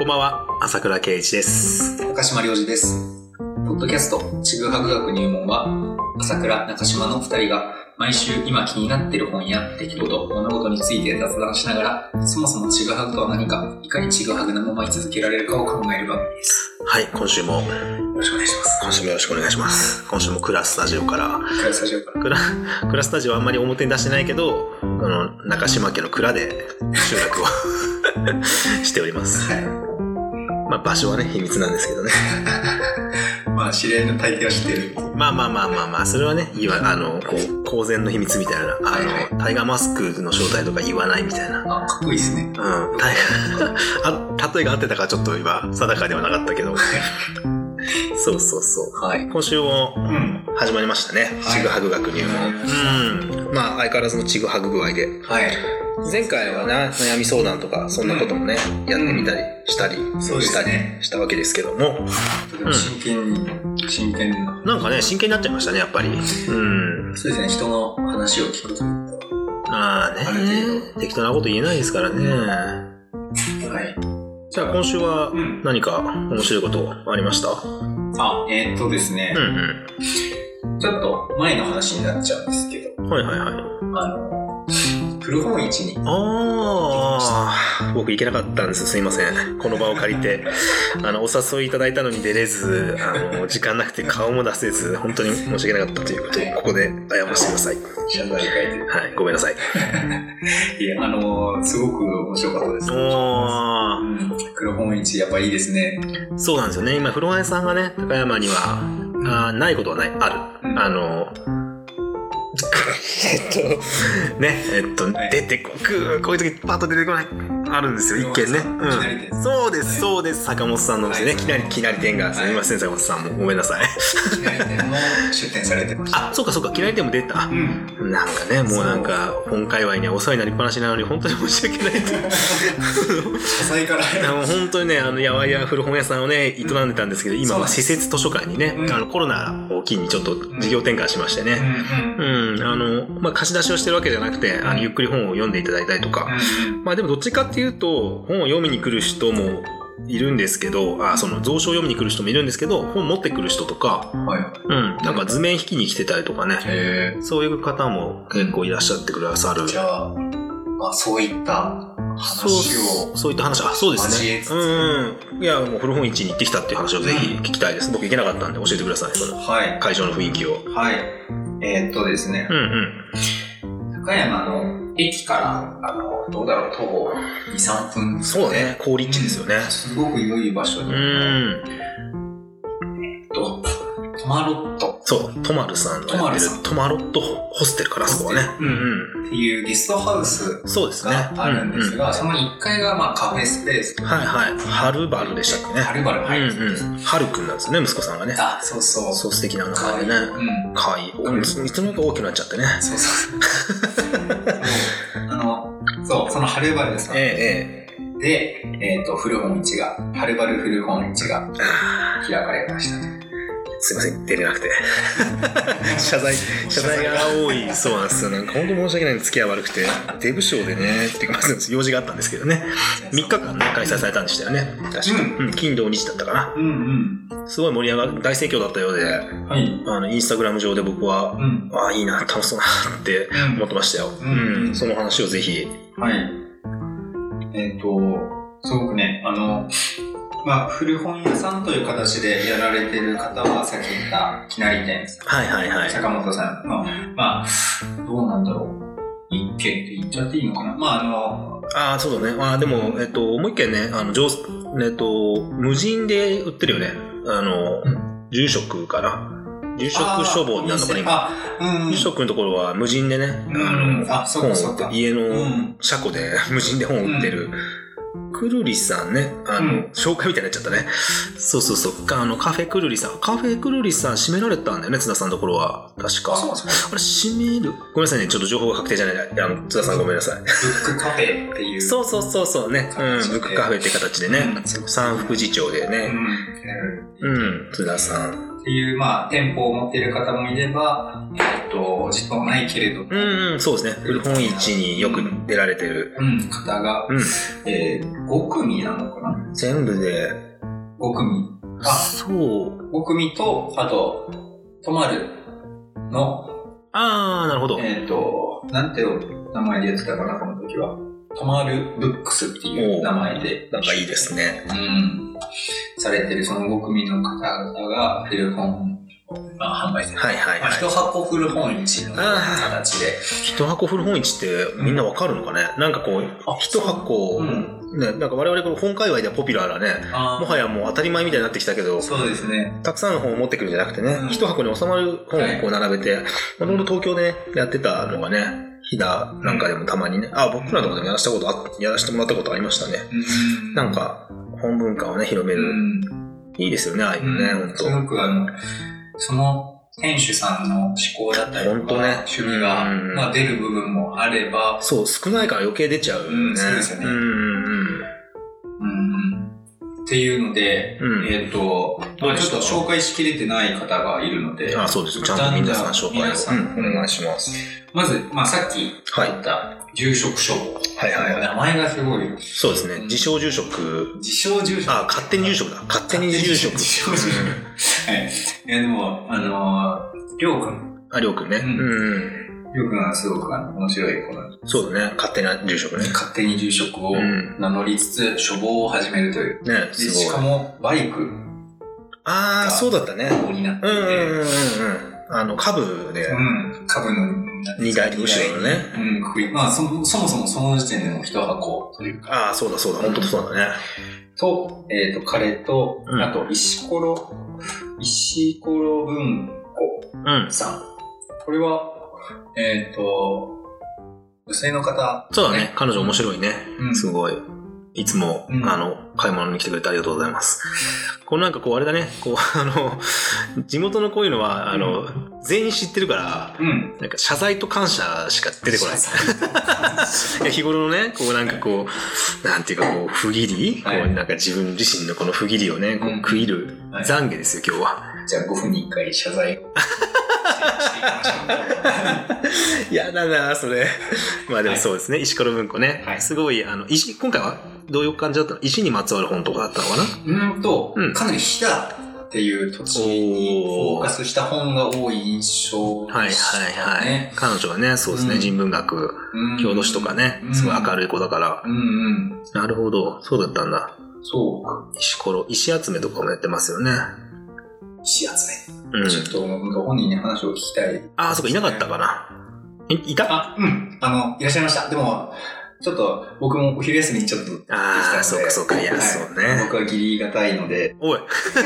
んばんは、朝倉圭一です。 中島良二です。ポッドキャストちぐはぐ学入門は、朝倉、中島の2人が毎週今気になっている本や出来事、物事について雑談しながら、そもそもちぐはぐとは何か、いかにちぐはぐなまま居続けられるかを考える番組です。 はい、今週もよろしくお願いします。 今週もよろしくお願いします。今週もクラスタジオから。 クラスタジオはあんまり表に出してないけど、中島家の蔵で収録をしております。はい。まあ場所はね、秘密なんですけどね。 まあ知り合いの大抵は知ってる。 まあ、それはね、公然の秘密みたいな、タイガーマスクの正体とか言わないみたいな。 あ、かっこいいですね。 例えが合ってたかちょっと今、定かではなかったけど。そう。はい。今週も始まりましたね。ちぐはぐ学入門。まあ相変わらずのちぐはぐ具合で。はい。前回はね、悩み相談とかそんなこともね、やってみたりしたりしたわけですけども。 真剣な。 なんかね、真剣になっちゃいましたね、やっぱり。 そうですね、人の話を聞くというと。 ああね、適当なこと言えないですからね。はい。じゃあ今週は何か面白いことありました？ ですね、ちょっと前の話になっちゃうんですけど、はい。古本市に僕行けなかったんです。すいません。この場を借りてお誘いいただいたのに出れず、時間なくて顔も出せず、本当に申し訳なかったということをここで謝らせてください。 謝罪会で、 はい、ごめんなさい。 いや、すごく面白かったです。古本市やっぱいいですね。 そうなんですよね。今古本屋さんがね、高山にはないことはない、ある。出てこういう時パッと出てこないあるんですよ、一軒ね。そうです、坂本さんのですね、きなり店が、すみません、坂本さんもごめんなさい。 きなり店も出店されてました。 あ、そうか、きなり店も出た。なんかね、もうなんか本界隈にはお世話になりっぱなしなのに本当に申し訳ないと。 謝罪から。 本当にね、やわや古本屋さんをね営んでたんですけど、今は施設図書館にね、コロナを機にちょっと事業転換しましてね。貸し出しをしてるわけじゃなくて、ゆっくり本を読んでいただいたりとか。でもどっちかっていうと、本を読みに来る人もいるんですけど、その蔵書を読みに来る人もいるんですけど、本持ってくる人とか、なんか図面引きに来てたりとかね。そういう方も結構いらっしゃってくださる。 じゃあ、そういった話を。 そういった話、そうですね。いや、もう古本市に行ってきたっていう話をぜひ聞きたいです。僕行けなかったんで教えてください。会場の雰囲気を。 はい。ですね。高山の駅からどうだろう、徒歩 2,3 分。 そうね、好立地ですよね。 すごく良い場所に。トマロット。 そう、トマルさんのやってるトマロットホステルからそこはね。 っていうゲストハウスがあるんですが、その1階がカフェスペース。 はい。はるばるでしたっけね。 はるばる。はい。 はるくんなんですね、息子さんがね。 そう。 そう素敵な名前でね。かわいい。いつの間にか大きくなっちゃってね。 そう。そう、そのはるばるですね。で、古本市が、はるばる古本市が開かれましたね。 すいません、出れなくて。謝罪が多い。そうなんですよ。なんか本当申し訳ないの、付き合い悪くて。デブ賞でね、って用事があったんですけどね。3日間ね、開催されたんでしたよね。確か。金土日だったかな。すごい盛り上がる、大盛況だったようで、インスタグラム上で僕は、いいな、楽しそうなって思ってましたよ。その話をぜひ。はい。 すごくね、古本屋さんという形でやられてる方は、さっき言ったきなり店さん、坂本さんの、どうなんだろう、一軒って言っちゃっていいのかな。 そうだね。でも、もう一軒ね、無人で売ってるよね。住職かな。住職処方になるのかな、今。住職のところは無人でね、本を売って、家の車庫で無人で本を売ってる。くるりさんね、紹介みたいになっちゃったね。そう。カフェくるりさん。カフェくるりさん閉められたんだよね、津田さんのところは。確か。あれ、閉める？ごめんなさいね、ちょっと情報が確定じゃない。津田さんごめんなさい。 ブックカフェっていう。 そうね。ブックカフェっていう形でね。三福寺町でね。津田さん。 っていう、まあ、店舗を持っている方もいれば、実はないけれども。 そうですね。古本市によく出られてる。 方が、5組なのかな？ 全部で。 5組。 そう。 5組と、あと、とまるの、 なるほど。 なんていう名前でやってたかな、この時は。とまるブックスっていう名前で。 なんかいいですね。 されてるその5組の方々が古本を販売する。一箱古本市の形で。 一箱古本市ってみんなわかるのかね？なんかこう、一箱、ね、なんか我々この本界隈ではポピュラーなね、もはやもう当たり前みたいになってきたけど、 そうですね。 たくさんの本を持ってくるんじゃなくてね、一箱に収まる本をこう並べて、もともと東京で、ね、やってたのがね、飛騨なんかでもたまにね、僕らのところでもやらせてもらったことありましたね。なんか、本文化をね、広める。いいですよね、ああいうのね、本当。 すごくその店主さんの思考だったりとか、趣味が、出る部分もあれば、 そう、少ないから余計出ちゃうね。 そうですよね。っていうので、ちょっと紹介しきれてない方がいるので、 そうです。ちゃんと皆さん紹介をお願いします。 まず、さっき言った住職処方。名前がすごい。 そうですね。自称住職。勝手に住職だ。勝手に住職。 でも、りょうくん。 りょうくんね。 りょうくんはすごく面白い子なんです。 そうだね。勝手な住職ね。 勝手に住職を名乗りつつ、処方を始めるという。 ね、すごい。 しかも、バイク。 そうだったね。 になってて。 株で。 株の 2台後ろのね。 そもそもその時点でも一箱というか。 そうだ。本当そうだね。 と、彼と、あと、石ころ文庫さん。これは、女性の方。 そうだね。彼女面白いね。すごい。いつも、買い物に来てくれてありがとうございます。こうなんかこうあれだね、こう地元のこういうのは、全員知ってるから、なんか謝罪と感謝しか出てこない。日頃のね、こうなんかこう、なんていうかこう、不義理、こうなんか自分自身のこの不義理をね、こう食いる懺悔ですよ、今日は。 じゃあ5分に1回謝罪を。 やだなそれ。でもそうですね、石ころ文庫ね。すごい、今回はどういう感じだったの？石にまつわる本とかだったのかな？ かなり飛騨っていう土地にフォーカスした本が多い印象でしたね。 彼女はね、そうですね、人文学、郷土史とかね、すごい明るい子だから。なるほど、そうだったんだ。 そう。 石集めとかもやってますよね。 石集め。ちょっと本人に話を聞きたい。 そっか、いなかったかな。いた？ いらっしゃいました。でも、ちょっと僕もお昼休みにちょっとできたので。 そうか、いや、そうね。 僕は義理がたいので。 おい。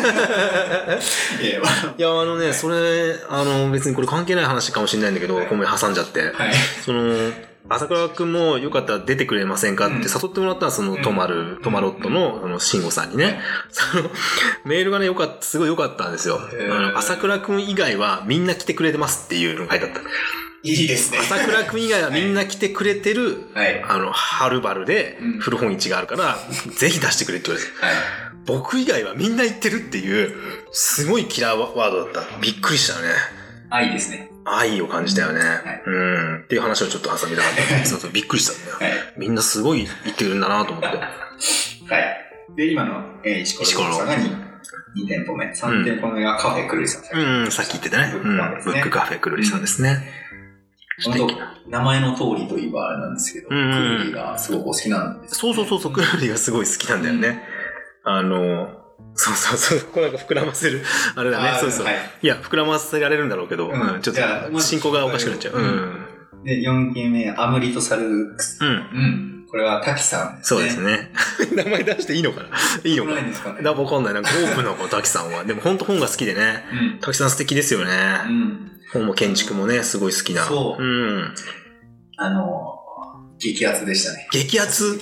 いや、それ、別にこれ関係ない話かもしれないんだけど、ここまで挟んじゃって。朝倉くんもよかったら出てくれませんかって誘ってもらったのは、トマロットの、慎吾さんにね。メールがね、すごい良かったんですよ。朝倉くん以外はみんな来てくれてますっていうのが書いてあった。 いいですね。 朝倉くん以外はみんな来てくれてる、はるばるで古本市があるから、ぜひ出してくれって言われて。僕以外はみんな行ってるっていう、すごいキラーワードだった。びっくりしたね。 愛ですね。 愛を感じたよね。っていう話をちょっと挟みたかった。びっくりしたんだよ。みんなすごい行ってるんだなと思って。 で、今の石ころさんが2店舗目。3店舗目がカフェくるりさん。 さっき言ってたね。ブックカフェくるりさんですね。 本当、名前の通りといえばあれなんですけど、くるりがすごくお好きなんです。 そう、くるりがすごい好きなんだよね。そう、こうなんか膨らませる。あれだね。そう。いや、膨らませられるんだろうけど、ちょっと進行がおかしくなっちゃう。 で、4軒目、アムリトサルックス。これは滝さんですね。 そうですね。名前出していいのかないいのかなわかんない。なんかオープンな子、滝さんは。でも本当本が好きでね。滝さん素敵ですよね。本も建築もね、すごい好きな。 そう。激アツでしたね。 激アツ？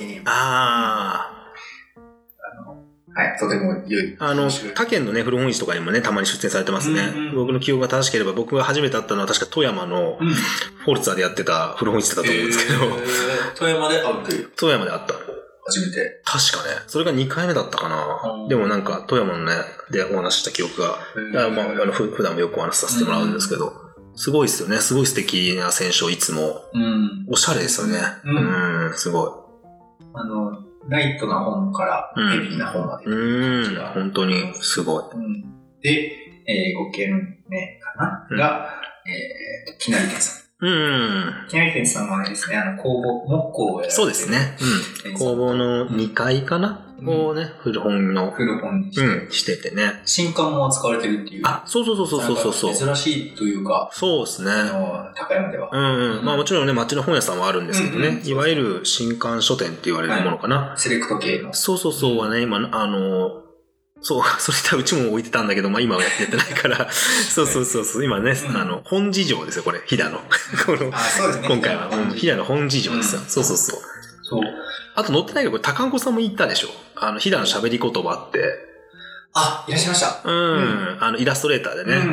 とても良い。 他県のね、古本市とかにもね、たまに出展されてますね。僕の記憶が正しければ、僕が初めて会ったのは確か富山のフォルツァでやってた古本市だったと思うんですけど。 富山で会うという。 富山で会った。 初めて。 確かね。それが2回目だったかな。 でもなんか富山のね、でお話した記憶が、まあ、普段もよくお話しさせてもらうんですけど、すごいですよね。すごい素敵な選手をいつも、おしゃれですよね。すごい。 ライトな本からヘビーな本まで。 本当にすごい。 で、5件目かな、が、きなりけんさん。きなりけんさんはあれですね、工房、木工をやられてる。 そうですね。工房の2階かな、をね、古本にしててね。 新刊も扱われてるっていう。 そう。 珍しいというか。 そうですね。 高山では。 まあもちろんね、町の本屋さんはあるんですけどね。いわゆる新刊書店って言われるものかな。 セレクト系の。 そうはね、今、そう、それうちも置いてたんだけど、まあ今はやってないから、そう、今ね、本事情ですよ、これ、飛騨の。 そうですね。 今回は、飛騨の本事情ですよ。そう。あと載ってないけど、これ、高岡さんも言ったでしょ。飛騨の喋り言葉って。 いらっしゃいました。 イラストレーターでね。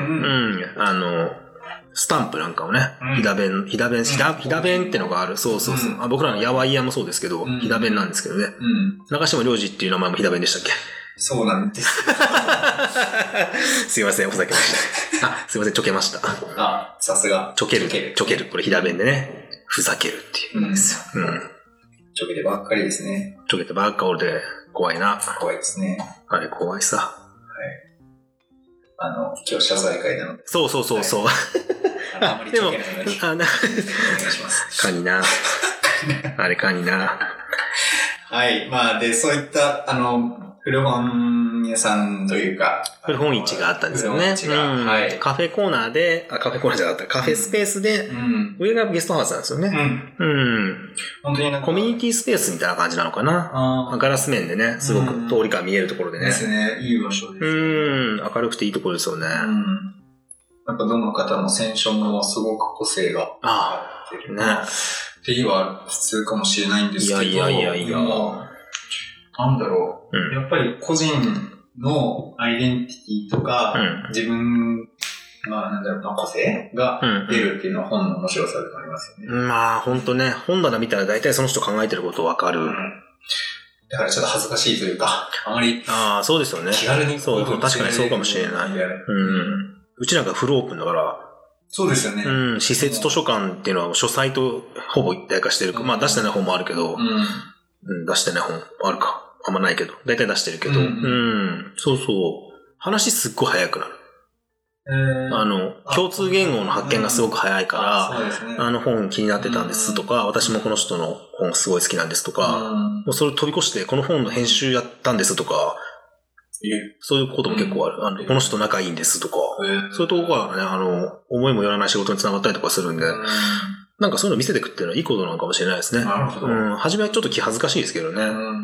スタンプなんかをね、飛騨弁ってのがある。そう。僕らのやわいやもそうですけど、飛騨弁なんですけどね。中島良二っていう名前も飛騨弁でしたっけ？ そうなんです。 すいません、ふざけました。すいません、ちょけました。 さすが。 ちょける。これ飛騨弁でね、ふざけるっていうんですよ。 ちょけてばっかりですね。 ちょけてばっかりで、怖いな。 怖いですね。 あれ、怖いさ。 今日謝罪会なので。 そう。 あまりちょけないように。お願いします。 カニな。あれカニな。 はい。まあ、で、そういった、古本屋さんというか。 古本市があったんですよね。カフェコーナーで、カフェコーナーじゃなかった。カフェスペースで、上がゲストハウスなんですよね。 本当にコミュニティスペースみたいな感じなのかな。ガラス面でね、すごく通りから見えるところでね。 ですね。いい場所です。 明るくていいところですよね。 なんかどの方のセンションもすごく個性があってる。 ね。 っていうのは普通かもしれないんですけど。 いや。 なんだろう。やっぱり個人のアイデンティティとか、自分が、個性が出るっていうのは本の面白さでもありますよね。 まあ、ほんとね、本棚見たら大体その人考えてることわかる。 だからちょっと恥ずかしいというか、あまり。 そうですよね。 気軽にそう、確かにそうかもしれない。うちなんかフルオープンだから。 そうですよね。 施設図書館っていうのは書斎とほぼ一体化してる。まあ出してない本もあるけど、出してない本あるか。あんまないけど。大体出してるけど。そう。話すっごい早くなる。共通言語の発見がすごく早いから、本気になってたんですとか、私もこの人の本すごい好きなんですとか、もうそれを飛び越してこの本の編集やったんですとか、そういうことも結構ある。この人仲いいんですとか、そういうところがね、思いもよらない仕事につながったりとかするんで、なんかそういうの見せていくっていうのはいいことなのかもしれないですね。 なるほど。 初めはちょっと気恥ずかしいですけどね。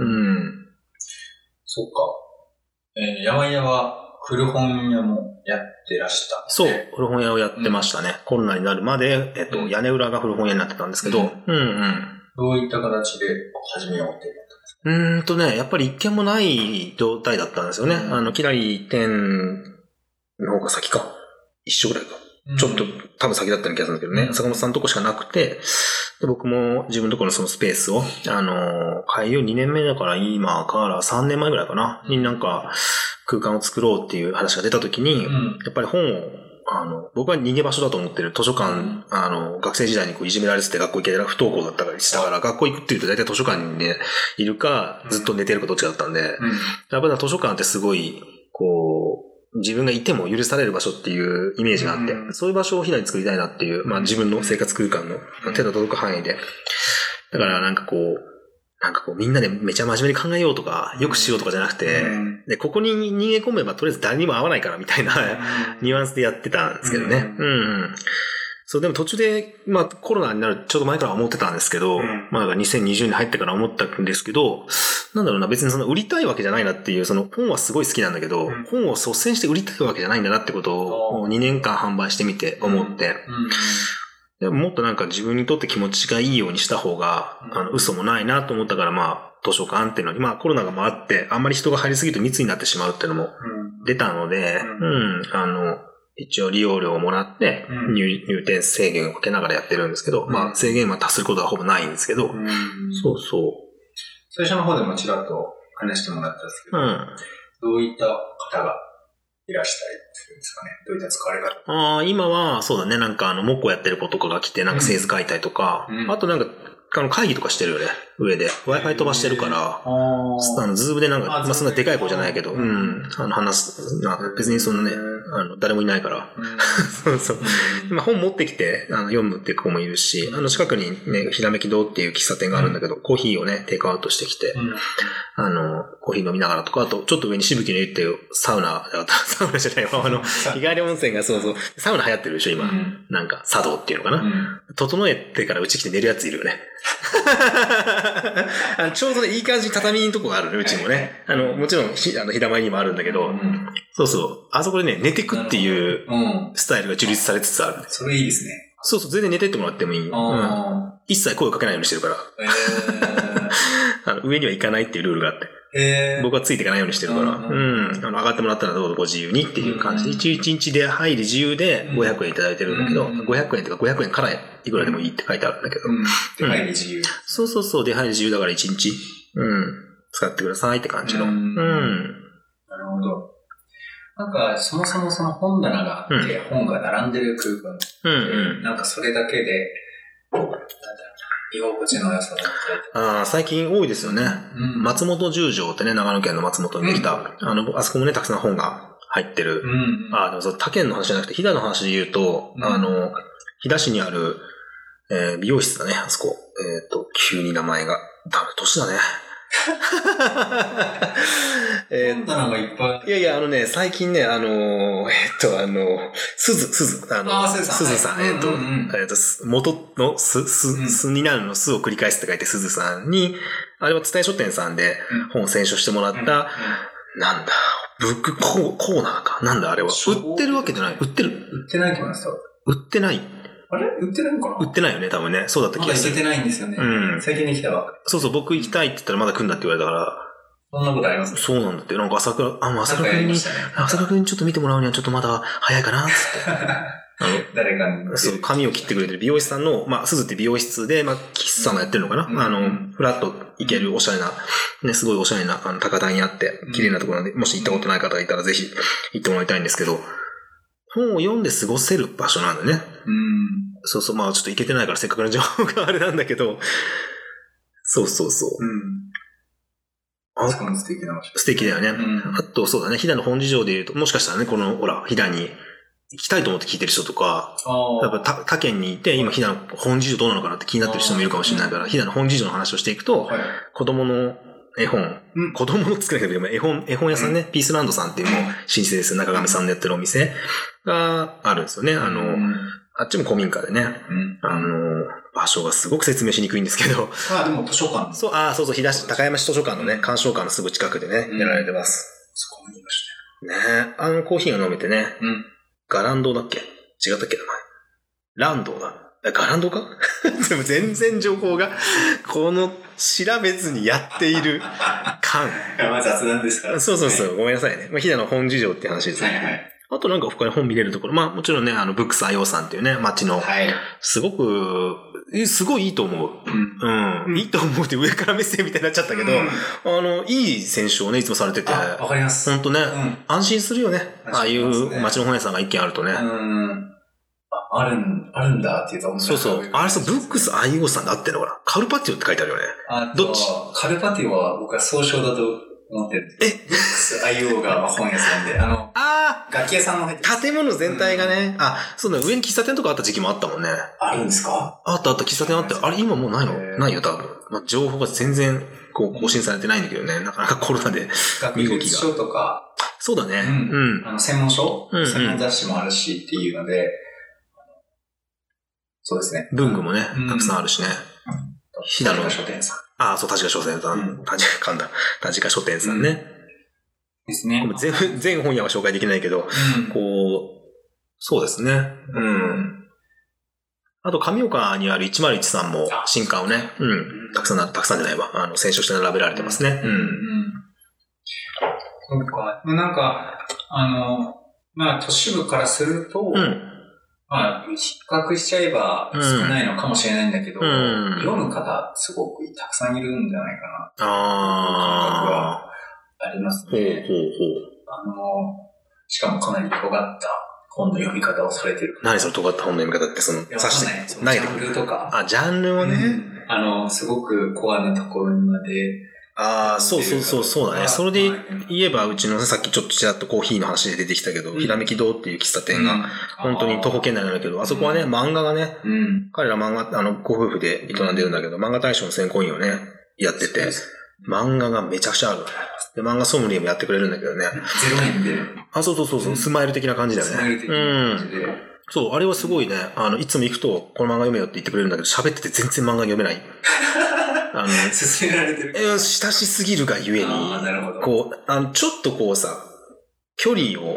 そうか。山屋は古本屋もやってらした。 そう、古本屋をやってましたね。コロナになるまで、屋根裏が古本屋になってたんですけど、 どういった形で始めようって思ったんですか？ やっぱり一軒もない状態だったんですよね。きなり店の方が先か。一緒ぐらいか。ちょっと多分先だったような気がするんだけどね。坂本さんのとこしかなくて、で僕も自分のところのそのスペースを、開業2年目だから今から3年前ぐらいかな、になんか空間を作ろうっていう話が出た時に、やっぱり本を、僕は逃げ場所だと思ってる図書館、学生時代にこういじめられてて学校行けない不登校だったりしたから、学校行くっていうと大体図書館にね、いるか、ずっと寝てるかどっちかだったんで、やっぱり図書館ってすごい、こう、自分がいても許される場所っていうイメージがあって、そういう場所を飛騨に作りたいなっていう、まあ自分の生活空間の手の届く範囲で。だからなんかこうみんなでめちゃ真面目に考えようとか、よくしようとかじゃなくて、で、ここに逃げ込めばとりあえず誰にも会わないからみたいなニュアンスでやってたんですけどね。そう、でも途中で、まあコロナになるちょうど前から思ってたんですけど、まあ2020年入ってから思ったんですけど、なんだろうな、別にその売りたいわけじゃないなっていう、その本はすごい好きなんだけど、本を率先して売りたいわけじゃないんだなってことを2年間販売してみて思って、でももっとなんか自分にとって気持ちがいいようにした方が、嘘もないなと思ったから、まあ図書館っていうのに、まあコロナが回って、あんまり人が入りすぎると密になってしまうっていうのも出たので、一応利用料をもらって、入店制限をかけながらやってるんですけど、まあ制限は達することはほぼないんですけど、そうそう。 最初の方でもちらっと話してもらったんですけど、どういった方がいらしたりするんですかね。どういった使われ方？ 今は、そうだね、なんかモッコやってる子とかが来て、なんか製図書いたりとか、あとなんか、会議とかしてるよね、上で。Wi-Fi 飛ばしてるから、ズームでなんか、そんなでかい子じゃないけど、話す、別にそんなね、誰もいないから。そうそう。本持ってきて、読むっていう子もいるし、近くにね、ひらめき堂っていう喫茶店があるんだけど、コーヒーをね、テイクアウトしてきて、コーヒー飲みながらとか、あと、ちょっと上にしぶきの言ってサウナじゃないわ、日帰り温泉がそうそう、サウナ流行ってるでしょ、今。なんか、茶道っていうのかな。整えてからうち来て寝るやついるよね。ちょうどね、いい感じに畳のとこがあるね、うちもね。もちろん、日だまりにもあるんだけど、そうそう。あそこでね、寝てくっていうスタイルが樹立されつつある。 それいいですね。 そうそう、全然寝てってもらってもいい。一切声をかけないようにしてるから。上には行かないっていうルールがあって。僕はついていかないようにしてるから。上がってもらったらどうぞご自由にっていう感じで、1日で入り自由で500円いただいてるんだけど、500円とか500円からいくらでもいいって書いてあるんだけど。 出入り自由。 そうそうそう、出入り自由だから1日。使ってくださいって感じの。なるほど。なんか、そもそもその本棚があって、本が並んでる空間って、なんかそれだけで、居心地の良さだったり。 最近多いですよね。松本十条ってね、長野県の松本にできた。あそこもね、たくさん本が入ってる。でも他県の話じゃなくて、飛騨の話で言うと、飛騨市にある、美容室だね、あそこ。急に名前が。年だね。 本棚がいっぱい。 いや最近ね、鈴さん。元のすになるのすを繰り返すって書いて鈴さんに、あれは伝え書店さんで本を選書してもらった、なんだ、ブックコーナーか。なんだあれは。売ってるわけじゃない。売ってる？ 売ってないと思いますよ。 売ってない。 あれ売ってないのかな？ 売ってないよね、多分ね。そうだった気がする。 まだ売ってないんですよね。最近できたわ。 そうそう、僕行きたいって言ったらまだ来んだって言われたから。 そんなことあります？ そうなんだって。なんか朝倉君にちょっと見てもらうにはちょっとまだ早いかな、つって。 誰かに。 そう、髪を切ってくれてる美容師さんの、鈴って美容室で、喫茶もやってるのかな。フラッと行けるおしゃれな、ね、すごいおしゃれな、高台にあって、綺麗なところなんで、もし行ったことない方がいたらぜひ行ってもらいたいんですけど、本を読んで過ごせる場所なんだね。そうそう、ちょっと行けてないからせっかくの情報があれなんだけど、そうそうそう。 素敵な場所。 素敵だよね。あと、そうだね、飛騨の本事情で言うと、もしかしたらね、この、飛騨に行きたいと思って聞いてる人とか、やっぱ他県にいて、今飛騨の本事情どうなのかなって気になってる人もいるかもしれないから、飛騨の本事情の話をしていくと、子供の絵本、子供の作らなきゃいけない絵本屋さんね、ピースランドさんっていうもう老舗です。中上さんでやってるお店があるんですよね。あっちも古民家でね、場所がすごく説明しにくいんですけど。 でも図書館。 そう、高山市図書館のね、鑑賞館のすぐ近くでね、やられてます。 そこにいましたね。コーヒーが飲めてね、ガランドだっけ？違ったっけ名前。ランドだ。ガランドかでも全然情報が、この調べずにやっている感。 雑談ですから。 そう。ごめんなさいね。飛騨の本事情って話ですね。あとなんか他に本見れるところ。もちろんね、ブックス IO さんっていうね、街の、すごいいいと思う。いいと思うって上から目線みたいになっちゃったけど、いい選手をね、いつもされてて。 わかります。 ほんとね、安心するよね。ああいう街の本屋さんが一軒あるとね。 あるんだっていうと。 そう。あれさ、ブックス IO さんで合ってんのかな？カルパティオって書いてあるよね。どっち？ カルパティオは僕は総称だと思ってるんです。ブックス IO が本屋さんで、楽器屋さんの入ってる。 建物全体がね、そうだ、上に喫茶店とかあった時期もあったもんね。 あるんですか？ あった、喫茶店あった。あれ今もうないの？ないよ、多分。情報が全然、更新されてないんだけどね。なかなかコロナで身動きが。学術書とか。 そうだね。 専門書、専門雑誌もあるしっていうので、そうですね。 文具もね、たくさんあるしね。 飛騨の書店さん。 そう、立川書店さん。立川書店さんね。 ですね。 全本屋は紹介できないけど、そうですね。あと、上岡にある101さんも新刊をね、たくさんじゃないわ。選書して並べられてますね。 そうか。なんか、都市部からすると、比較しちゃえば少ないのかもしれないんだけど、読む方すごくたくさんいるんじゃないかな。感覚は。 ありますね。しかもかなり尖った本の読み方をされてる。 何その尖った本の読み方って、その、 刺して投げてくる。ジャンルとか。 あ、ジャンルをね。 すごくコアなところにまで。 そうだね。それで言えば、うちのさっきちょっとちらっとコーヒーの話で出てきたけど、ひらめき堂っていう喫茶店が、本当に徒歩圏内なんだけど、あそこはね、漫画がね、彼ら漫画、ご夫婦で営んでるんだけど、漫画大賞の選考委員をね、やってて、漫画がめちゃくちゃある。で、漫画ソムリエもやってくれるんだけどね。 0円で。 そう、スマイル的な感じだよね。 スマイル的な感じで。 そう、あれはすごいね、いつも行くと、この漫画読めよって言ってくれるんだけど、喋ってて全然漫画読めない。 勧められてる。 親しすぎるがゆえに、こう、ちょっとこうさ、距離を、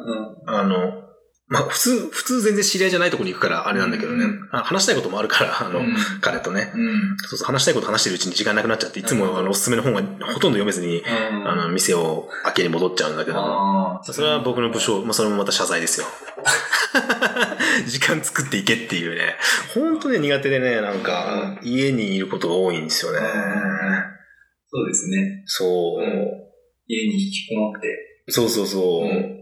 普通全然知り合いじゃないところに行くからあれなんだけどね、話したいこともあるから、彼とね、そう話したいこと話してるうちに時間なくなっちゃって、いつもおすすめの本がほとんど読めずに、店を開けに戻っちゃうんだけど、それは僕の部署、それもまた謝罪ですよ。時間作っていけっていうね、本当に苦手でね、なんか、家にいることが多いんですよね。 そうですね。 そう。 家に引きこもって。 そう。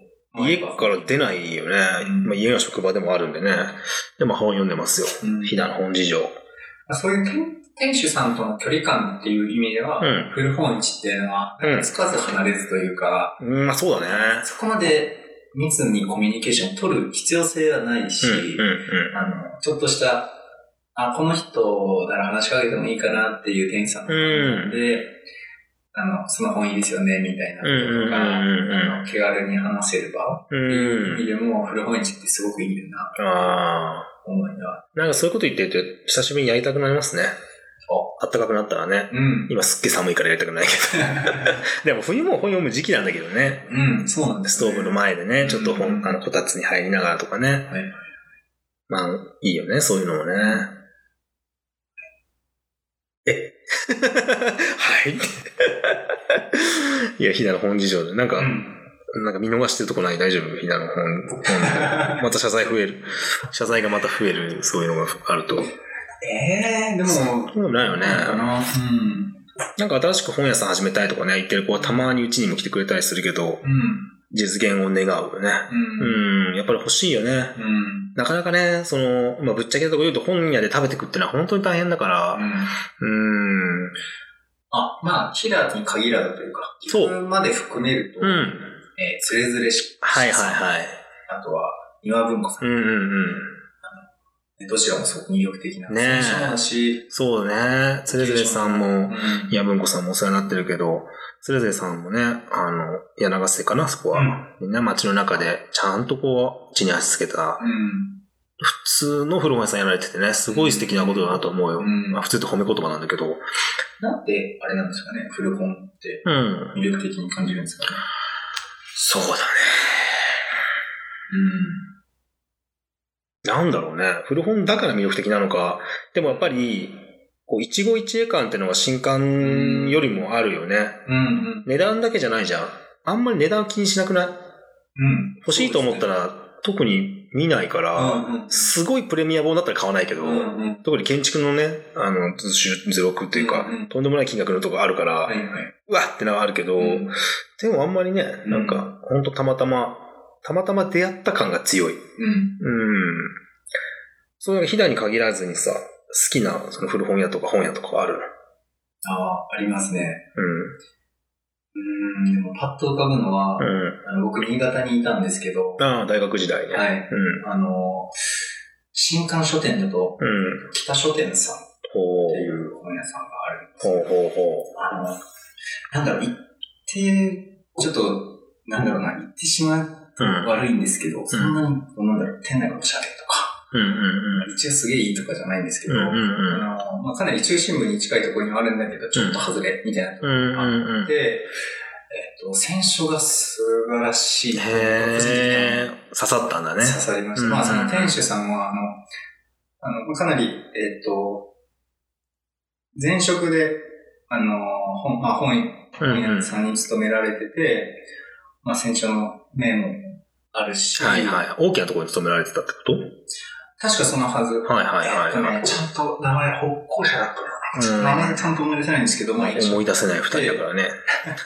家から出ないよね。家が職場でもあるんでね。でも本読んでますよ。ひなの本事情。 そういう店主さんとの距離感っていう意味では、古本市っていうのは、つかず離れずというか、 そうだね。 そこまで密にコミュニケーションを取る必要性はないし、ちょっとした、この人なら話しかけてもいいかなっていう店員さんので、その本いいですよね、みたいなこととか、気軽に話せる場っていう意味でも、古本市ってすごくいいな、思いが。 なんかそういうこと言ってると、久しぶりにやりたくなりますね。暖かくなったらね。今すっげえ寒いからやりたくないけど。でも冬も本読む時期なんだけどね。 そうなんです、 ストーブの前でね、ちょっとこたつに入りながらとかね。いいよね、そういうのもね。はい。いや、ひなの本事情で、なんか見逃してるとこない？大丈夫？ひなの本。また謝罪がまた増える、そういうのがあると。 でも。 そうないよね。なんか新しく本屋さん始めたいとかね、言ってる子はたまにうちにも来てくれたりするけど、実現を願うよね。やっぱり欲しいよね。なかなかね、ぶっちゃけたところ言うと本屋で食べてくってのは本当に大変だから、 ヒラに限らずというか、自分まで含めると、つれづれし。 はい。 あとは、庭文庫さん。どちらもすごく魅力的な選手もだし。 そうね。つれづれさんも、庭文庫さんもお世話になってるけど、つれづれさんもね、柳瀬かな、そこは。みんな街の中で、ちゃんとこう、地に足つけた、普通の古本屋さんやられててね、すごい素敵なことだなと思うよ。普通って褒め言葉なんだけど。 なんで、あれなんですかね、古本って魅力的に感じるんですかね。 そうだね。なんだろうね。古本だから魅力的なのか。でもやっぱり、一期一会感っていうのが新刊よりもあるよね。値段だけじゃないじゃん。あんまり値段気にしなくない？欲しいと思ったら特に見ないから、すごいプレミア本だったら買わないけど、特に建築のね、図録っていうか、とんでもない金額のとこあるから、うわってのはあるけど、でもあんまりね、なんか、ほんとたまたま出会った感が強い。そういうひだに限らずにさ、好きなその古本屋とか本屋とかある？ ありますね。でもパッと浮かぶのは、僕新潟にいたんですけど、 大学時代ね。 はい。新刊書店だと、北書店さんっていう本屋さんがあるんですよ。ちょっと、言ってしまうと悪いんですけど、そんなに、店内がおしゃれとか、一応すげえいいとかじゃないんですけど、かなり中心部に近いところにはあるんだけど、ちょっと外れみたいなところがあって、選書が素晴らしい。 刺さったんだね。 刺さりました。その店主さんは、かなり、前職で、本屋さんに勤められてて、選書の面もあるし。 大きなところに勤められてたってこと？ 確かそのはず。ちゃんと名前、北校舎だったような名前ちゃんと思い出せないんですけど、まあ思い出せない二人だからね。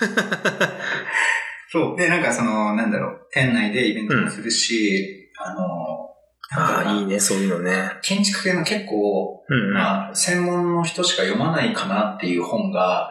そう。で、なんか店内でイベントもするし、 いいね、そういうのね。 建築系の結構、まあ、専門の人しか読まないかなっていう本があって、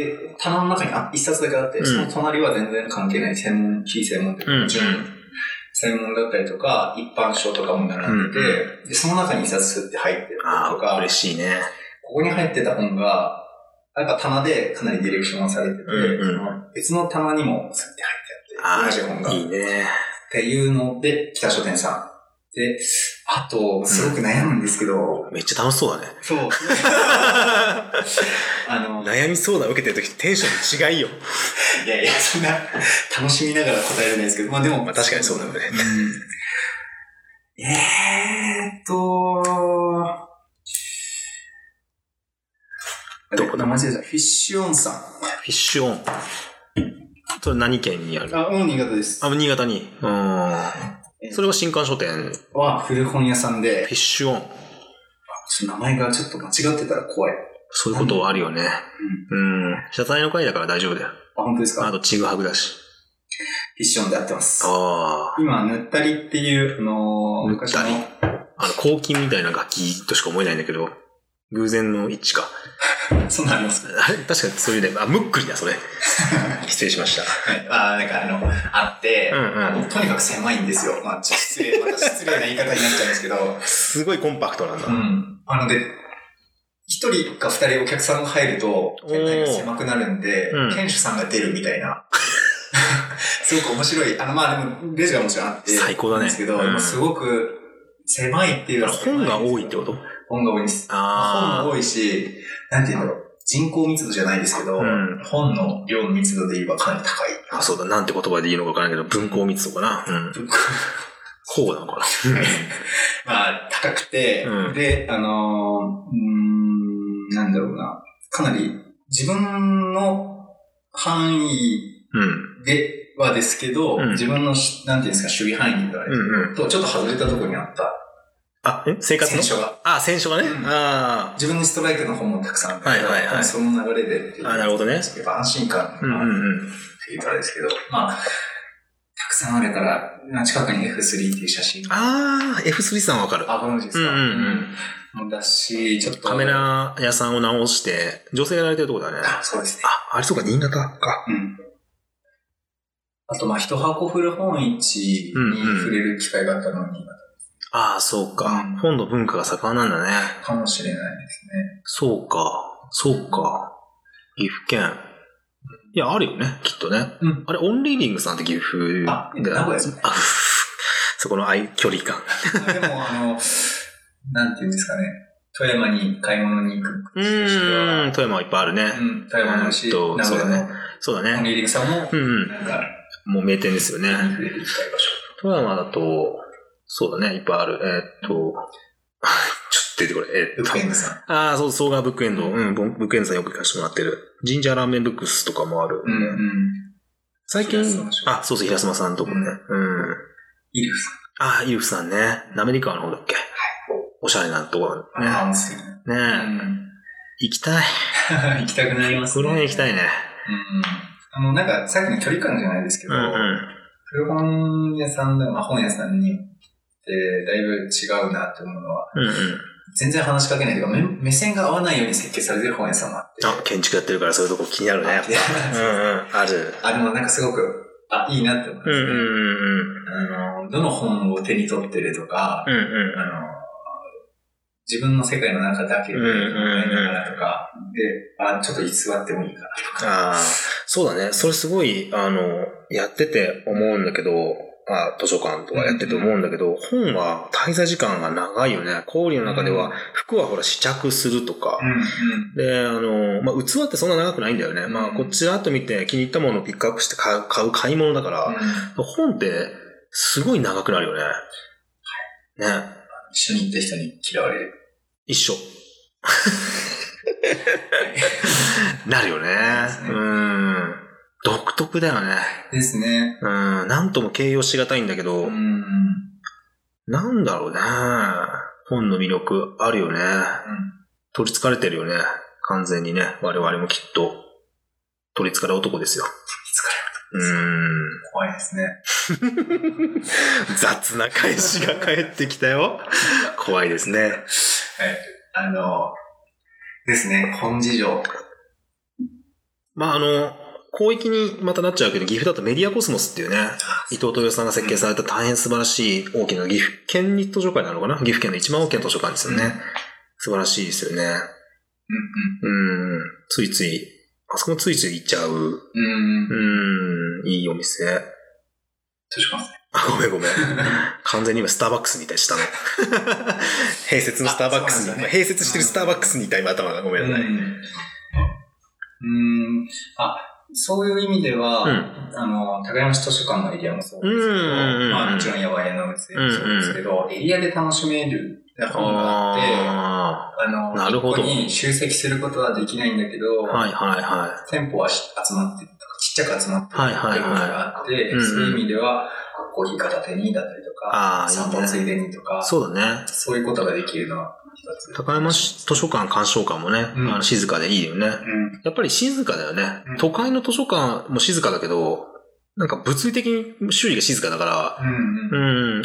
で、棚の中に一冊だけあって、その隣は全然関係ない非専門的な専門だったりとか、一般書とかも並んでて、で、その中に一冊って入ってるとか、 嬉しいね。 ここに入ってた本が、なんか棚でかなりディレクションされてて、別の棚にもすって入ってあって、同じ本が。 いいね。 っていうので、北書店さん。で、あと、すごく悩むんですけど。 めっちゃ楽しそうだね。 そう。 悩み相談受けてるときテンション違いよ。 いやいや、そんな、楽しみながら答えるんですけど、まあでも。 まあ確かにそうだよね。 どこだマジでフィッシュオンさん。フィッシュオン。それ何県にある？ 新潟です。 新潟に。それは新刊書店は古本屋さんで。 フィッシュオン。 名前がちょっと間違ってたら怖い。 そういうことはあるよね。謝罪の会だから大丈夫だよ。 本当ですか？ あと、ちぐはぐだし。 フィッシュオンでやってます。今、ぬったりっていう、昔の。 抗菌みたいな楽器としか思えないんだけど、偶然の一致か。 そんなありますか？ 確かにそういうね、ムックリだ、それ。失礼しました。 はい。あって、とにかく狭いんですよ。また失礼な言い方になっちゃうんですけど。 すごいコンパクトなんだ。 で、一人か二人お客さんが入ると、店内が狭くなるんで、店主さんが出るみたいな。すごく面白い。でも、レジがもちろんあって。 最高だね。 ですけど、すごく狭いっていうのは。 本が多いってこと？ 本が多いです。本も多いし、なんていうんだろう。人口密度じゃないですけど、本の量の密度で言えばかなり高い。 そうだ、なんて言葉で言うのかわからないけど、文庫密度かな。こうなのかな。 高くて、で、なんだろうな、かなり自分の範囲ではですけど、自分の、なんていうんですか、守備範囲とちょっと外れたところにあった。 生活の？ 選書が。 選書がね。 自分のストライクの本もたくさんあって、その流れでっていう。 なるほどね。 やっぱ安心感がっていうからですけど、たくさんあるから、近くに F3 っていう写真。 F3 さんわかる。 ご存知ですか？もだし、ちょっと。 カメラ屋さんを直して、女性がやられてるとこだね。 そうですね。 あれそうか、新潟か。 あと、一箱古本市に触れる機会があったのに、 そうか。本の文化が盛んなんだね。 かもしれないですね。 そうか。岐阜県。いや、あるよね、きっとね。あれ、オンリーディングさんって岐阜で。 名古屋ですね。 そこの距離感。 でも、なんていうんですかね。富山に買い物に行く。 富山はいっぱいあるね。 富山のし、名古屋の。 そうだね。 オンリーディングさんも、 もう名店ですよね。 触れていきたい場所。 富山だと、そうだね、いっぱいある。ちょっと出てこれ。 ブックエンドさん。 そう、総合ブックエンド。ブックエンドさんよく行かせてもらってる。ジンジャーラーメンブックスとかもある。最近、そう、平島さんとかね。 イルフさん。イルフさんね。アメリカの方だっけ？おしゃれなところね。行きたい。 行きたくなりますね。 古本行きたいね。 なんか、さっきの距離感じゃないですけど、古本屋さんでも、本屋さんにだいぶ違うなって思うのは、全然話しかけないというか、目線が合わないように設計されてる本屋さんもあって。 建築やってるからそういうとこ気になるね。ある。 でもなんかすごく、いいなって思いますね。どの本を手に取ってるとか、自分の世界の中だけで、とか、で、ちょっと居座ってもいいかなとか。 そうだね。それすごい、やってて思うんだけど、図書館とかやってて思うんだけど、本は滞在時間が長いよね。氷の中では、服はほら試着するとか。で、器ってそんな長くないんだよね。こっちらっと見て気に入ったものをピックアップして買う買い物だから、本ってすごい長くなるよね。ね。 一緒に行った人に嫌われる。 一緒。なるよね。独特だよね。 ですね。 なんとも形容しがたいんだけど、なんだろうね。 本の魅力あるよね。取り憑かれてるよね。完全にね。我々もきっと取り憑かれ男ですよ。 取り憑かれ男。怖いですね。 雑な返しが返ってきたよ。怖いですね。はい。 ですね。本事情。 まあ広域にまたなっちゃうけど、岐阜だとメディアコスモスっていうね、伊藤豊さんが設計された大変素晴らしい大きな岐阜県立図書館なのかな、岐阜県の一番大きな図書館ですよね。素晴らしいですよね。ついつい、あそこもついつい行っちゃう。いいお店。 図書館ごめん。完全に今スターバックスにいたりしたの。併設のスターバックスに、併設してるスターバックスにいた今頭がごめんなさい。 そういう意味では、高山市図書館のエリアもそうですけど、もちろん野外のお店もそうですけど、エリアで楽しめる本があって、一個に集積することはできないんだけど、店舗は集まってるとか、ちっちゃく集まってるっていうのがあって、そういう意味では、コーヒー片手にだったりとか、散歩ついでにとか、 そうだね。 そういうことができるのは、 高山市図書館、鑑賞館もね、静かでいいよね。やっぱり静かだよね。都会の図書館も静かだけど、なんか物理的に周囲が静かだから、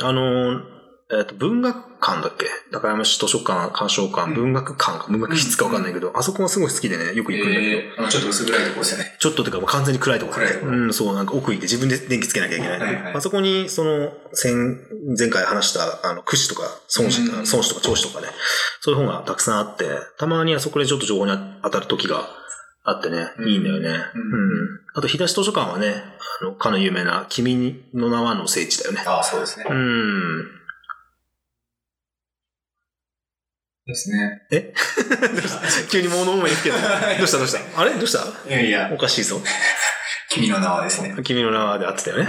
文学館だっけ？高山市図書館、鑑賞館、文学館、文学室かわかんないけど、あそこがすごい好きでね、よく行くんだけど。ちょっと薄暗いところですよね。 ちょっとってかもう完全に暗いところ。そう、なんか奥行って自分で電気つけなきゃいけない。あそこに、前回話した、句子とか、孫子とか長子とかね、そういう本がたくさんあって、たまにあそこでちょっと情報に当たる時があってね、いいんだよね。あと、日出し図書館はね、かの有名な君の名はの聖地だよね。 そうですね。ですね。 急に物思いにふけた。どうしたあれどうしたいや。 おかしいぞ。 君の名はですね。 君の名はで合ってたよね。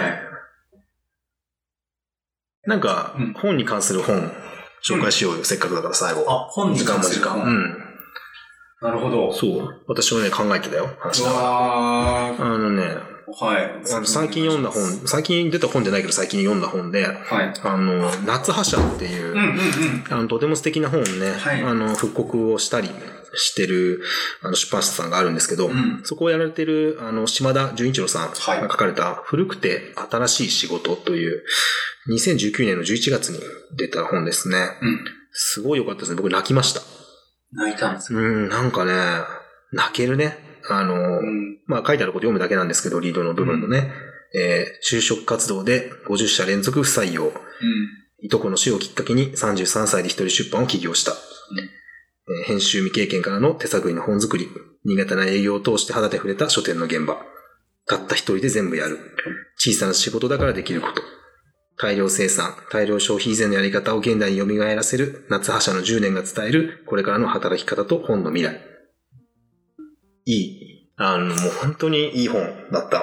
なんか、本に関する本、紹介しようよ。せっかくだから最後。 本に関する本。なるほど。 そう。私もね、考えてたよ。話だから。最近読んだ本、最近出た本じゃないけど最近読んだ本で、夏覇者っていう、とても素敵な本をね、復刻をしたりしてる出版社さんがあるんですけど、そこをやられてる島田純一郎さんが書かれた古くて新しい仕事という2019年の11月に出た本ですね。すごい良かったですね。僕泣きました。 泣いたんですか？ なんかね、泣けるね。書いてあること読むだけなんですけど、リードの部分のね、就職活動で50社連続不採用。いとこの死をきっかけに33歳で一人出版を起業した。編集未経験からの手探りの本作り。苦手な営業を通して肌で触れた書店の現場。たった一人で全部やる。小さな仕事だからできること。大量生産、大量消費以前のやり方を現代に蘇らせる夏覇者の10年が伝えるこれからの働き方と本の未来。もう本当にいい本だった。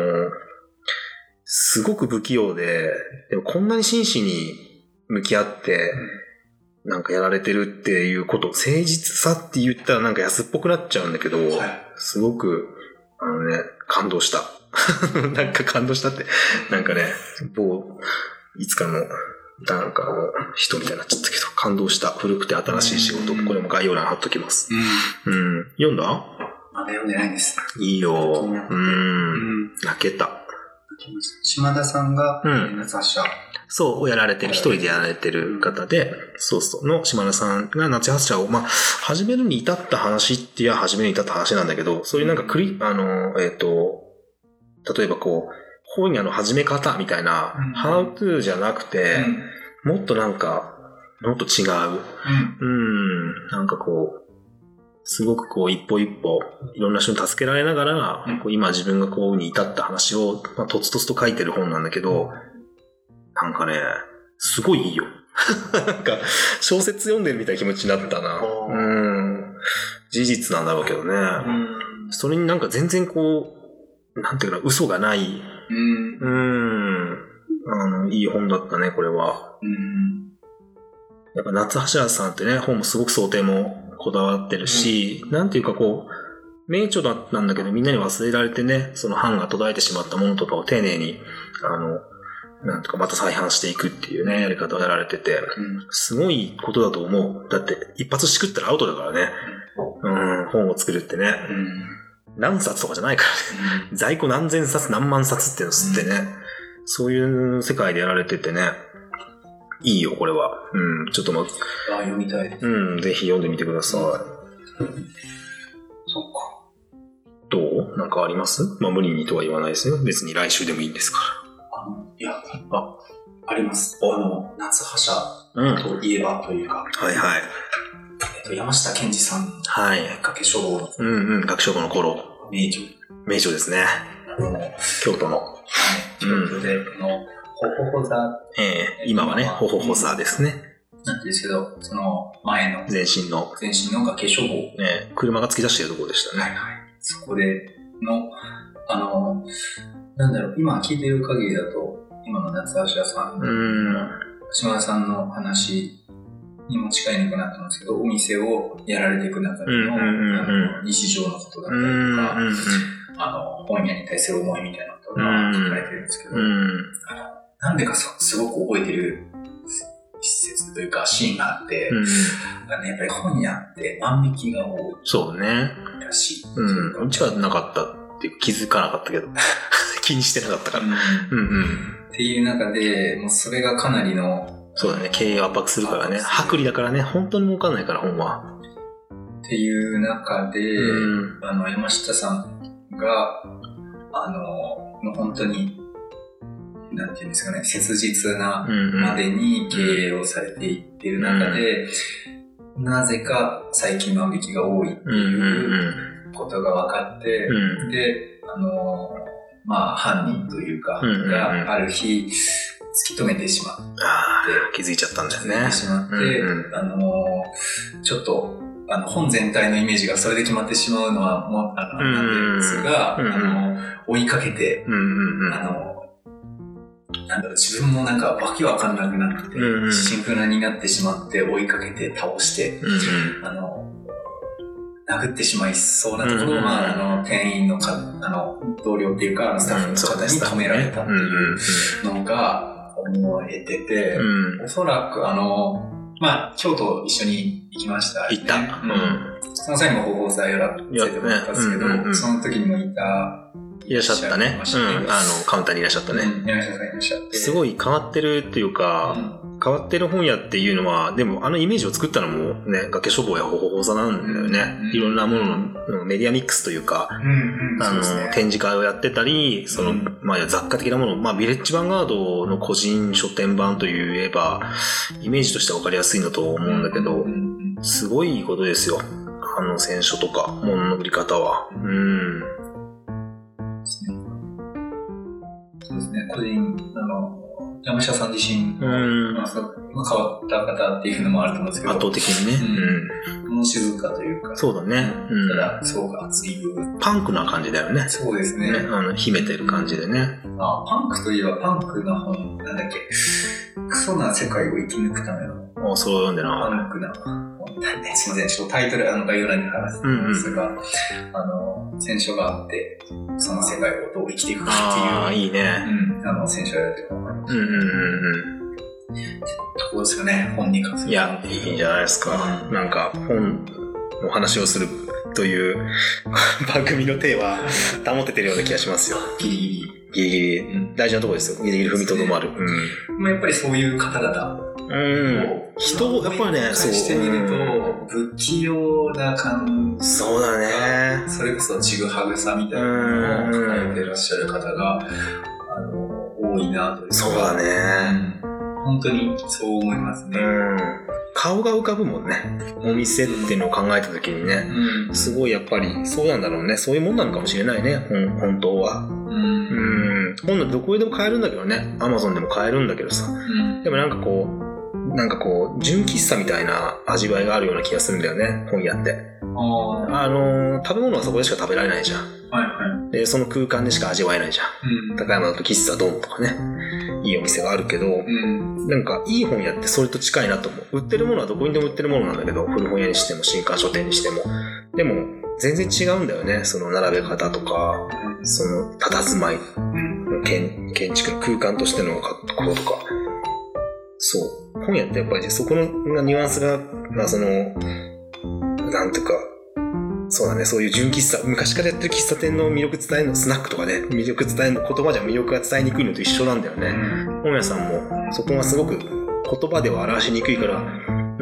すごく不器用で、でもこんなに真摯に向き合って、なんかやられてるっていうこと、誠実さって言ったらなんか安っぽくなっちゃうんだけど、すごく、感動した。なんか感動したって、なんかね、いつかの、なんか人みたいになっちゃったけど、感動した。古くて新しい仕事。これも概要欄貼っときます。読んだ？ まだ読んでないんです。 いいよ。泣けた。 島田さんが、夏覇者。 そう、やられてる、一人でやられてる方で、の島田さんが夏覇者を、始めるに至った話って言えば始めるに至った話なんだけど、そういうなんか例えば本屋の始め方みたいな、ハウトゥーじゃなくて、もっとなんか、もっと違う。なんかすごく一歩一歩、いろんな人に助けられながら、今自分がに至った話を、とつとつと書いてる本なんだけど、なんかね、すごいいいよ。なんか、小説読んでるみたいな気持ちになったな。事実なんだろうけどね。それになんか全然なんていうか嘘がない。いい本だったね、これは。やっぱ夏覇者さんってね、本もすごく想定もこだわってるし、なんていうか名著なんだけどみんなに忘れられてね、その版が途絶えてしまったものとかを丁寧に、 なんとかまた再販していくっていうね、やり方をやられてて、すごいことだと思う。だって一発しくったらアウトだからね。本を作るってね。何冊とかじゃないからね。在庫何千冊何万冊っていうのを吸ってね。そういう世界でやられててね。いいよ、これは。ちょっと読みたいです。 ぜひ読んでみてください。 そっか。 どう？なんかあります？無理にとは言わないですよ。別に来週でもいいんですから。 あります。夏覇者といえばというか。 はいはい。 山下健二さん。 はい。 崖書房の。 崖書房の頃。 名著ですね。 京都の。 京都での、ほほほ座。 今はね、ほほほ座ですね。 なんですけど、その前の。 前身の崖書房。 車が突き出しているところでしたね。 はいはい。そこでの、今聞いてる限りだと、今の夏橋屋さん、島田さんの話にも近いのかなと思うんですけど、お店をやられていく中での、日常のことだったりとか、本屋に対する思いみたいなことが書かれてるんですけど、なんでかすごく覚えてる施設というかシーンがあって、やっぱり本屋って万引きが多い。 そうね。 らしい。 うちはなかったっていう気づかなかったけど、気にしてなかったから。 っていう中で、もうそれがかなりの、 そうだね、経営を圧迫するからね。薄利だからね、本当に儲かんないから、本は。 っていう中で、山下さんが、本当に、なんていうんですかね、切実なまでに経営をされていってる中で、なぜか最近万引きが多いっていうことが分かって、で、犯人というか、がある日、突き止めてしまって、 気づいちゃったんだよね。 気づいてしまって、ちょっと、本全体のイメージがそれで決まってしまうのは、なんですが、追いかけて、自分もなんかわけわかんなくなって、シンクラになってしまって追いかけて倒して、殴ってしまいそうなところを、店員の同僚っていうか、スタッフの方に止められたっていうのが思えてて、おそらく京都一緒に行きました、 行った。 その際にも方法さやらせてもらったんですけど、その時にもいらっしゃったね。カウンターにいらっしゃったね。すごい変わってるっていうか、変わってる本屋っていうのは、でもイメージを作ったのもね、崖書房やほほほ座なんだよね。いろんなもののメディアミックスというか、展示会をやってたり、雑貨的なもの、ヴィレッジヴァンガードの個人書店版といえば、イメージとしては分かりやすいんだと思うんだけど、すごいことですよ。選書とか、物の売り方は。 そうですね、個人、山下さん自身の、変わった方っていうのもあると思うんですけど、 圧倒的にね。 物静かというか、 そうだね。 ただ、すごく熱い部分。 パンクな感じだよね。 そうですね。 秘めてる感じでね。 パンクといえば、パンクの本、なんだっけ、クソな世界を生き抜くための。 それを読んでな。 パンクな本。すいません、ちょっとタイトル、概要欄に話してますが、選書があって、その世界をどう生きていくかっていう。 いいね。 選書やるって思いました。ところですよね、本に関する。 いや、いいんじゃないですか。なんか、本の話をするという番組のテーマ、保ててるような気がしますよ。 ギリギリ。大事なところですよ。ギリギリ踏みとどまる。 やっぱりそういう方々。 人、やっぱりね、 そうしてみると、不器用な感じ。 そうだね。 それこそちぐはぐさみたいなのを抱えていらっしゃる方が、多いなというか。 そうだね。 本当にそう思いますね。 顔が浮かぶもんね。お店っていうのを考えたときにね、すごいやっぱりそうなんだろうね。そういうもんなのかもしれないね、本当は。本なんてどこへでも買えるんだけどね。Amazon でも買えるんだけどさ。でもなんかこう、純喫茶みたいな味わいがあるような気がするんだよね、本屋って。食べ物はそこでしか食べられないじゃん。で、その空間でしか味わえないじゃん。高山だと喫茶ドンとかね、いいお店があるけど、なんかいい本屋ってそれと近いなと思う。売ってるものはどこにでも売ってるものなんだけど、古本屋にしても新刊書店にしても。でも、全然違うんだよね。その並べ方とか、その佇まい。 建築の空間としての格好とか。そう。本屋ってやっぱりそこのニュアンスが、なんていうか、そうだね、そういう純喫茶、昔からやってる喫茶店の魅力伝えるの、スナックとかね、魅力伝えるの、言葉じゃ魅力が伝えにくいのと一緒なんだよね。本屋さんも、そこがすごく言葉では表しにくいから、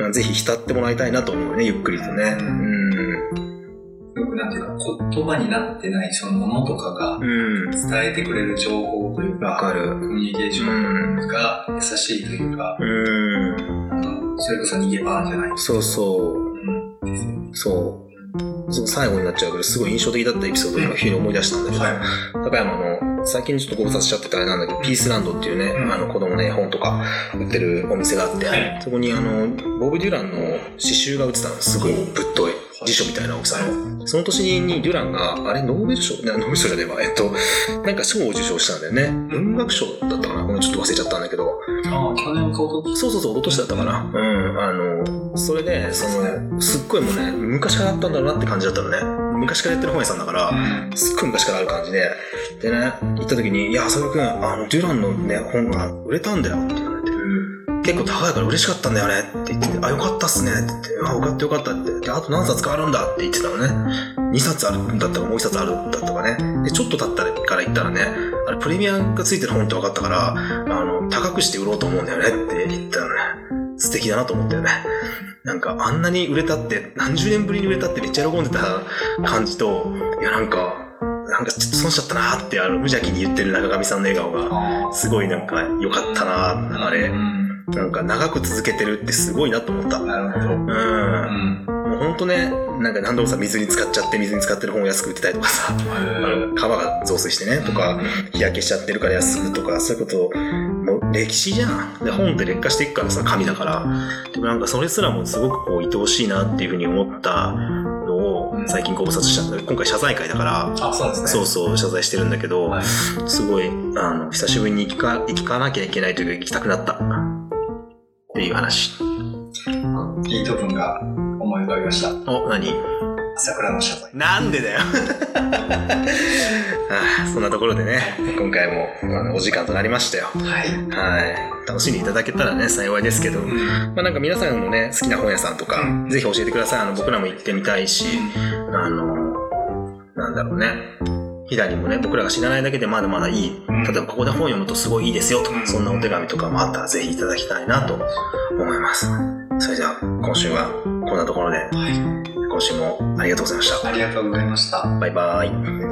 ぜひ浸ってもらいたいなと思うね、ゆっくりとね。 よくなんていうか、言葉になってないそのものとかが、伝えてくれる情報というか、コミュニケーションが優しいというか、それこそ逃げ場じゃない。 そうそう。そう。最後になっちゃうけど、すごい印象的だったエピソードを今、急に思い出したんだけど、高山の、最近ちょっとご無沙汰しちゃってたあれなんだけど、ピースランドっていうね、子供の絵本とか売ってるお店があって、そこにボブ・デュランの詩集が売ってたの、すごいぶっとい辞書みたいな大きさの。その年にデュランが、あれ、ノーベル賞じゃねえわ、なんか賞を受賞したんだよね。文学賞だったかな、ちょっと忘れちゃったんだけど。 去年かおととし？ そう、おととしだったかな。それで、すっごいもうね、昔からあったんだろうなって感じだったのね。昔からやってる本屋さんだから、すっごい昔からある感じで。でね、行った時に、いや、浅田くん、デュランのね、本が売れたんだよって言われて、結構高いから嬉しかったんだよねって言ってて、よかったっすねって言って、よかったって。で、あと何冊かあるんだって言ってたのね。2冊あるんだったか、もう1冊あるんだったかね。で、ちょっと経ったから言ったらね、プレミアがついてる本って分かったから、高くして売ろうと思うんだよねって言ったのね。素敵だなと思ったよね。なんか、あんなに売れたって、何十年ぶりに売れたってめっちゃ喜んでた感じと、いや、なんかちょっと損しちゃったなって、無邪気に言ってる中上さんの笑顔が、すごいなんか良かったな、あれ。なんか長く続けてるってすごいなと思った。 なるほど。 もうほんとね、なんか何度もさ、水に浸かってる本を安く売ってたりとかさ、川が増水してね、とか、日焼けしちゃってるから安くとか、そういうこと、もう歴史じゃん。で、本って劣化していくからさ、紙だから。でもなんかそれすらもすごくこう、愛おしいなっていうふうに思ったのを、最近ご無沙汰しちゃった。今回謝罪会だから、 そうですね。 そう、謝罪してるんだけど、すごい、久しぶりに行かなきゃいけないというか、行きたくなった。っていう話。 いい部分が思い浮かびました。 何？ 桜の謝罪。 なんでだよ。そんなところでね、今回もお時間となりましたよ。はい。楽しんでいただけたらね、幸いですけど、なんか皆さんのね、好きな本屋さんとか、ぜひ教えてください。僕らも行ってみたいし、なんだろうね。左もね、僕らが知らないだけでまだまだいい。例えばここで本読むとすごいいいですよとか、そんなお手紙とかもあったらぜひいただきたいなと思います。それでは今週はこんなところで、今週もありがとうございました。 ありがとうございました。 バイバイ。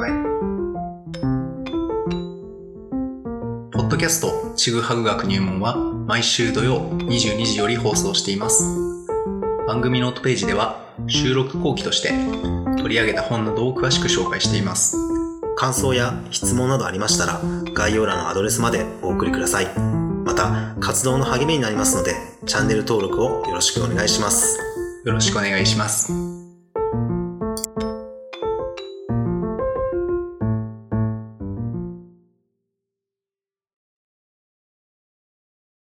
ポッドキャストちぐはぐ学入門は毎週土曜22時より放送しています。番組ノートページでは収録後期として取り上げた本などを詳しく紹介しています。 感想や質問などありましたら概要欄のアドレスまでお送りください。また活動の励みになりますのでチャンネル登録をよろしくお願いします。 よろしくお願いします。